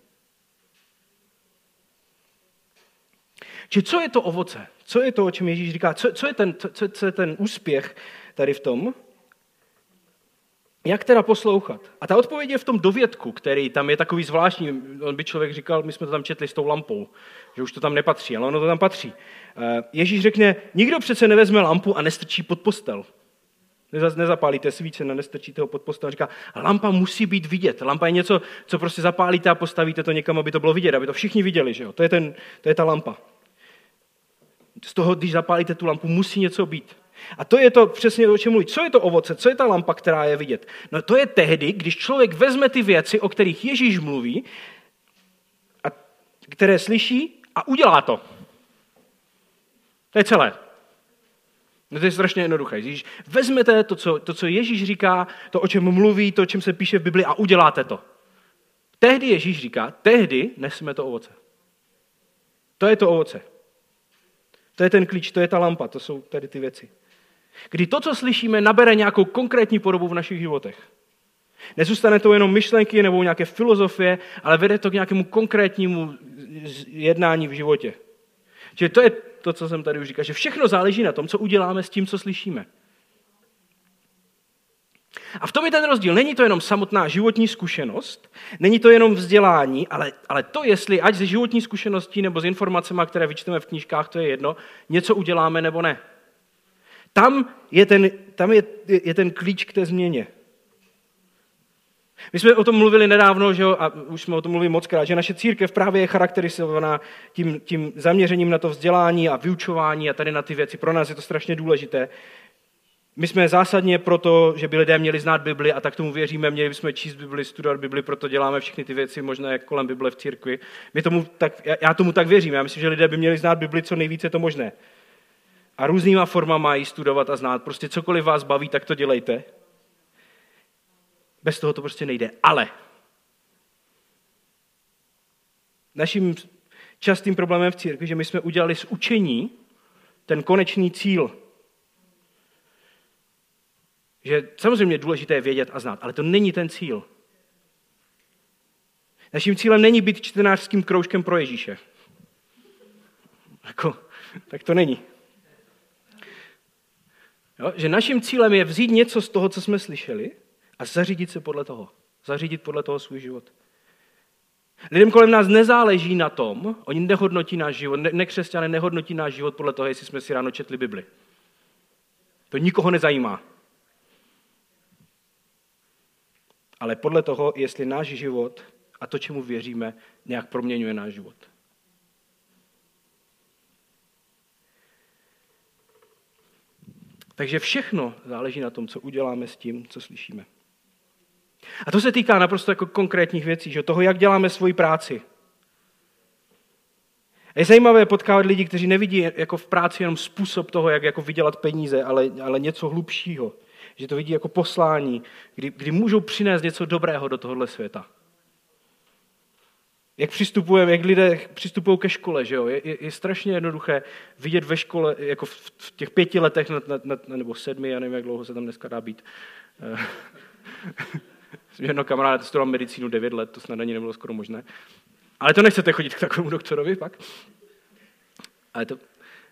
Či co je to ovoce? Co je to, o čem Ježíš říká? Co, co, je, ten, co, co je ten úspěch tady v tom? Jak teda poslouchat? A ta odpověď je v tom dovědku, který tam je takový zvláštní. On by člověk říkal, my jsme to tam četli s tou lampou, že už to tam nepatří, ale ono to tam patří. Ježíš řekne, nikdo přece nevezme lampu a nestrčí pod postel. Nezapálíte svíce, nestrčíte ho pod postel. Říká, lampa musí být vidět. Lampa je něco, co prostě zapálíte a postavíte to někam, aby to bylo vidět, aby to všichni viděli. Že jo? To je, ten, to je ta lampa. Z toho, když zapálíte tu lampu, musí něco být. A to je to přesně, o čem mluví. Co je to ovoce? Co je ta lampa, která je vidět? No to je tehdy, když člověk vezme ty věci, o kterých Ježíš mluví, a které slyší a udělá to. To je celé. No to je strašně jednoduché. Když vezmete to co, to, co Ježíš říká, to, o čem mluví, to, o čem se píše v Bibli a uděláte to. Tehdy Ježíš říká, tehdy nesme to ovoce. To je to ovoce. To je ten klíč, to je ta lampa, to jsou tady ty věci. Kdy to, co slyšíme, nabere nějakou konkrétní podobu v našich životech. Nezůstane to jenom myšlenky nebo nějaké filozofie, ale vede to k nějakému konkrétnímu jednání v životě. Čili to je to, co jsem tady už říkal, že všechno záleží na tom, co uděláme s tím, co slyšíme. A v tom je ten rozdíl. Není to jenom samotná životní zkušenost, není to jenom vzdělání, ale, ale to, jestli ať ze životní zkušeností nebo z informacemi, které vyčteme v knížkách, to je jedno, něco uděláme nebo ne. Tam je ten, tam je, je ten klíč k té změně. My jsme o tom mluvili nedávno, že jo, a už jsme o tom mluvili mockrát, že naše církev právě je charakterizovaná tím, tím zaměřením na to vzdělání a vyučování a tady na ty věci. Pro nás je to strašně důležité. My jsme zásadně proto, že by lidé měli znát Bibli a tak tomu věříme, měli bychom číst Bibli, studovat Bibli, proto děláme všechny ty věci možné kolem Bible v církvi. My tomu tak, já tomu tak věřím, já myslím, že lidé by měli znát Bibli co nejvíce to možné. A různýma formama ji studovat a znát. Prostě cokoliv vás baví, tak to dělejte. Bez toho to prostě nejde. Ale naším častým problémem v církvi, že my jsme udělali z učení ten konečný cíl. Že samozřejmě je důležité vědět a znát, ale to není ten cíl. Naším cílem není být čtenářským kroužkem pro Ježíše. Jako, tak to není. Jo? Že naším cílem je vzít něco z toho, co jsme slyšeli a zařídit se podle toho. Zařídit podle toho svůj život. Lidem kolem nás nezáleží na tom, oni nehodnotí náš život, ne- nekřesťané nehodnotí náš život podle toho, jestli jsme si ráno četli Bibli. To nikoho nezajímá. Ale podle toho, jestli náš život a to, čemu věříme, nějak proměňuje náš život. Takže všechno záleží na tom, co uděláme s tím, co slyšíme. A to se týká naprosto jako konkrétních věcí, že toho, jak děláme svoji práci. Je zajímavé potkávat lidi, kteří nevidí jako v práci jenom způsob toho, jak jako vydělat peníze, ale, ale něco hlubšího. Že to vidí jako poslání, kdy, kdy můžou přinést něco dobrého do tohohle světa. Jak přistupujeme, jak lidé přistupují ke škole, že jo? Je, je, je strašně jednoduché vidět ve škole, jako v, v těch pěti letech, na, na, na, nebo sedmi, já nevím, jak dlouho se tam dneska dá být. Jedno kamarád studoval medicínu devět let, to snad ani nebylo skoro možné. Ale to nechcete chodit k takovému doktorovi pak. Ale to...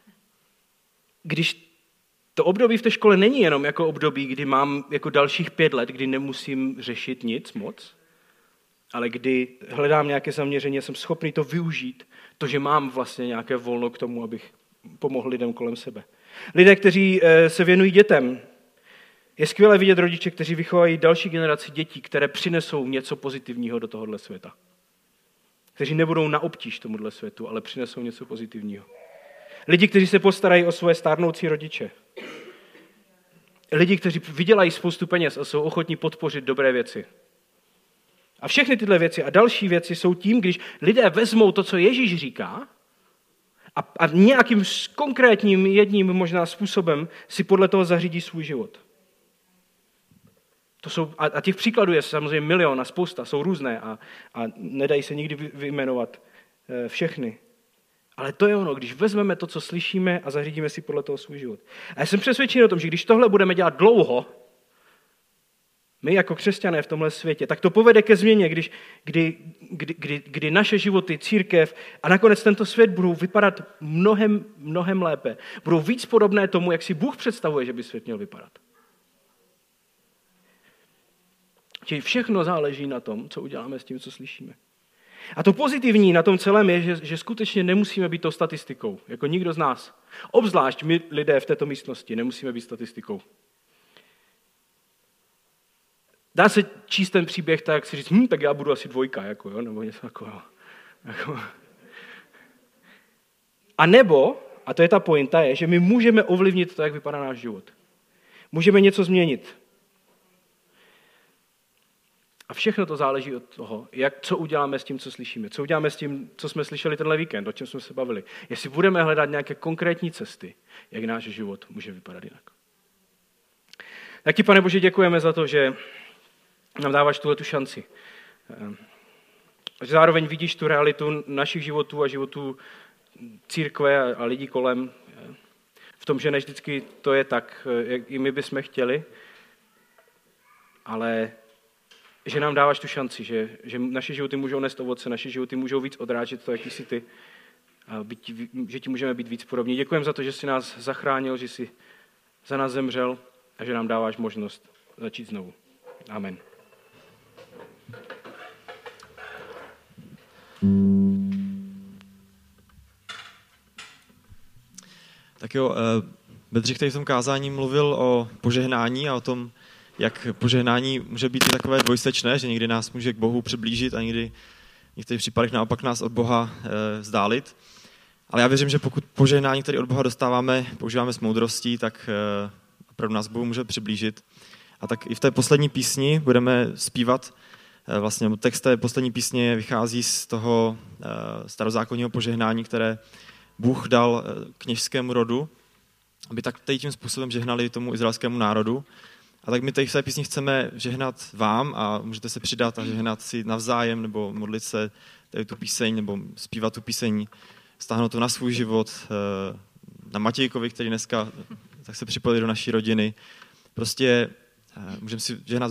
Když to období v té škole není jenom jako období, kdy mám jako dalších pět let, kdy nemusím řešit nic moc, ale kdy hledám nějaké zaměření, jsem schopný to využít, to, že mám vlastně nějaké volno k tomu, abych pomohl lidem kolem sebe. Lidé, kteří se věnují dětem, je skvělé vidět rodiče, kteří vychovají další generaci dětí, které přinesou něco pozitivního do tohohle světa. Kteří nebudou na obtíž tomuhle světu, ale přinesou něco pozitivního. Lidi, kteří se postarají o svoje stárnoucí rodiče. Lidi, kteří vydělají spoustu peněz a jsou ochotní podpořit dobré věci. A všechny tyhle věci a další věci jsou tím, když lidé vezmou to, co Ježíš říká a, a nějakým konkrétním jedním možná způsobem si podle toho zařídí svůj život. To jsou, a, a těch příkladů je samozřejmě milion a spousta, jsou různé a, a nedají se nikdy vyjmenovat e, všechny. Ale to je ono, když vezmeme to, co slyšíme a zařídíme si podle toho svůj život. A já jsem přesvědčený o tom, že když tohle budeme dělat dlouho, my jako křesťané v tomhle světě, tak to povede ke změně, když, kdy, kdy, kdy, kdy naše životy, církev a nakonec tento svět budou vypadat mnohem, mnohem lépe. Budou víc podobné tomu, jak si Bůh představuje, že by svět měl vypadat. Že všechno záleží na tom, co uděláme s tím, co slyšíme. A to pozitivní na tom celém je, že, že skutečně nemusíme být tou statistikou, jako nikdo z nás. Obzvlášť my lidé v této místnosti nemusíme být statistikou. Dá se číst ten příběh tak, jak si říct, hm, tak já budu asi dvojka, jako, jo, nebo něco takového. Jako. A nebo, a to je ta pointa, je, že my můžeme ovlivnit to, jak vypadá náš život. Můžeme něco změnit. A všechno to záleží od toho, jak, co uděláme s tím, co slyšíme. Co uděláme s tím, co jsme slyšeli tenhle víkend, o čem jsme se bavili. Jestli budeme hledat nějaké konkrétní cesty, jak náš život může vypadat jinak. Tak ti, Pane Bože, děkujeme za to, že nám dáváš tuhletu šanci. Zároveň vidíš tu realitu našich životů a životů církve a lidí kolem. V tom, že ne vždycky to je tak, jak i my bychom chtěli, ale že nám dáváš tu šanci, že, že naše životy můžou nést ovoce, naše životy můžou víc odrážet to, jaký jsi ty, a být, že ti můžeme být víc podobní. Děkujeme za to, že jsi nás zachránil, že jsi za nás zemřel a že nám dáváš možnost začít znovu. Amen. Tak jo, Bedřich tady v tom kázání mluvil o požehnání a o tom, jak požehnání může být takové dvojsečné, že někdy nás může k Bohu přiblížit a někdy v některých případech naopak nás od Boha vzdálit. Ale já věřím, že pokud požehnání, které od Boha dostáváme, používáme s moudrostí, tak opravdu nás Bohu může přiblížit. A tak i v té poslední písni budeme zpívat, vlastně text té poslední písně vychází z toho starozákonního požehnání, které Bůh dal kněžskému rodu, aby tak tady tím způsobem žehnali tomu izraelskému národu. A tak my tady v té písni chceme žehnat vám a můžete se přidat a žehnat si navzájem nebo modlit se tady tu píseň nebo zpívat tu píseň, stáhnout to na svůj život, na Matějkovi, který dneska tak se připojil do naší rodiny. Prostě můžeme si žehnat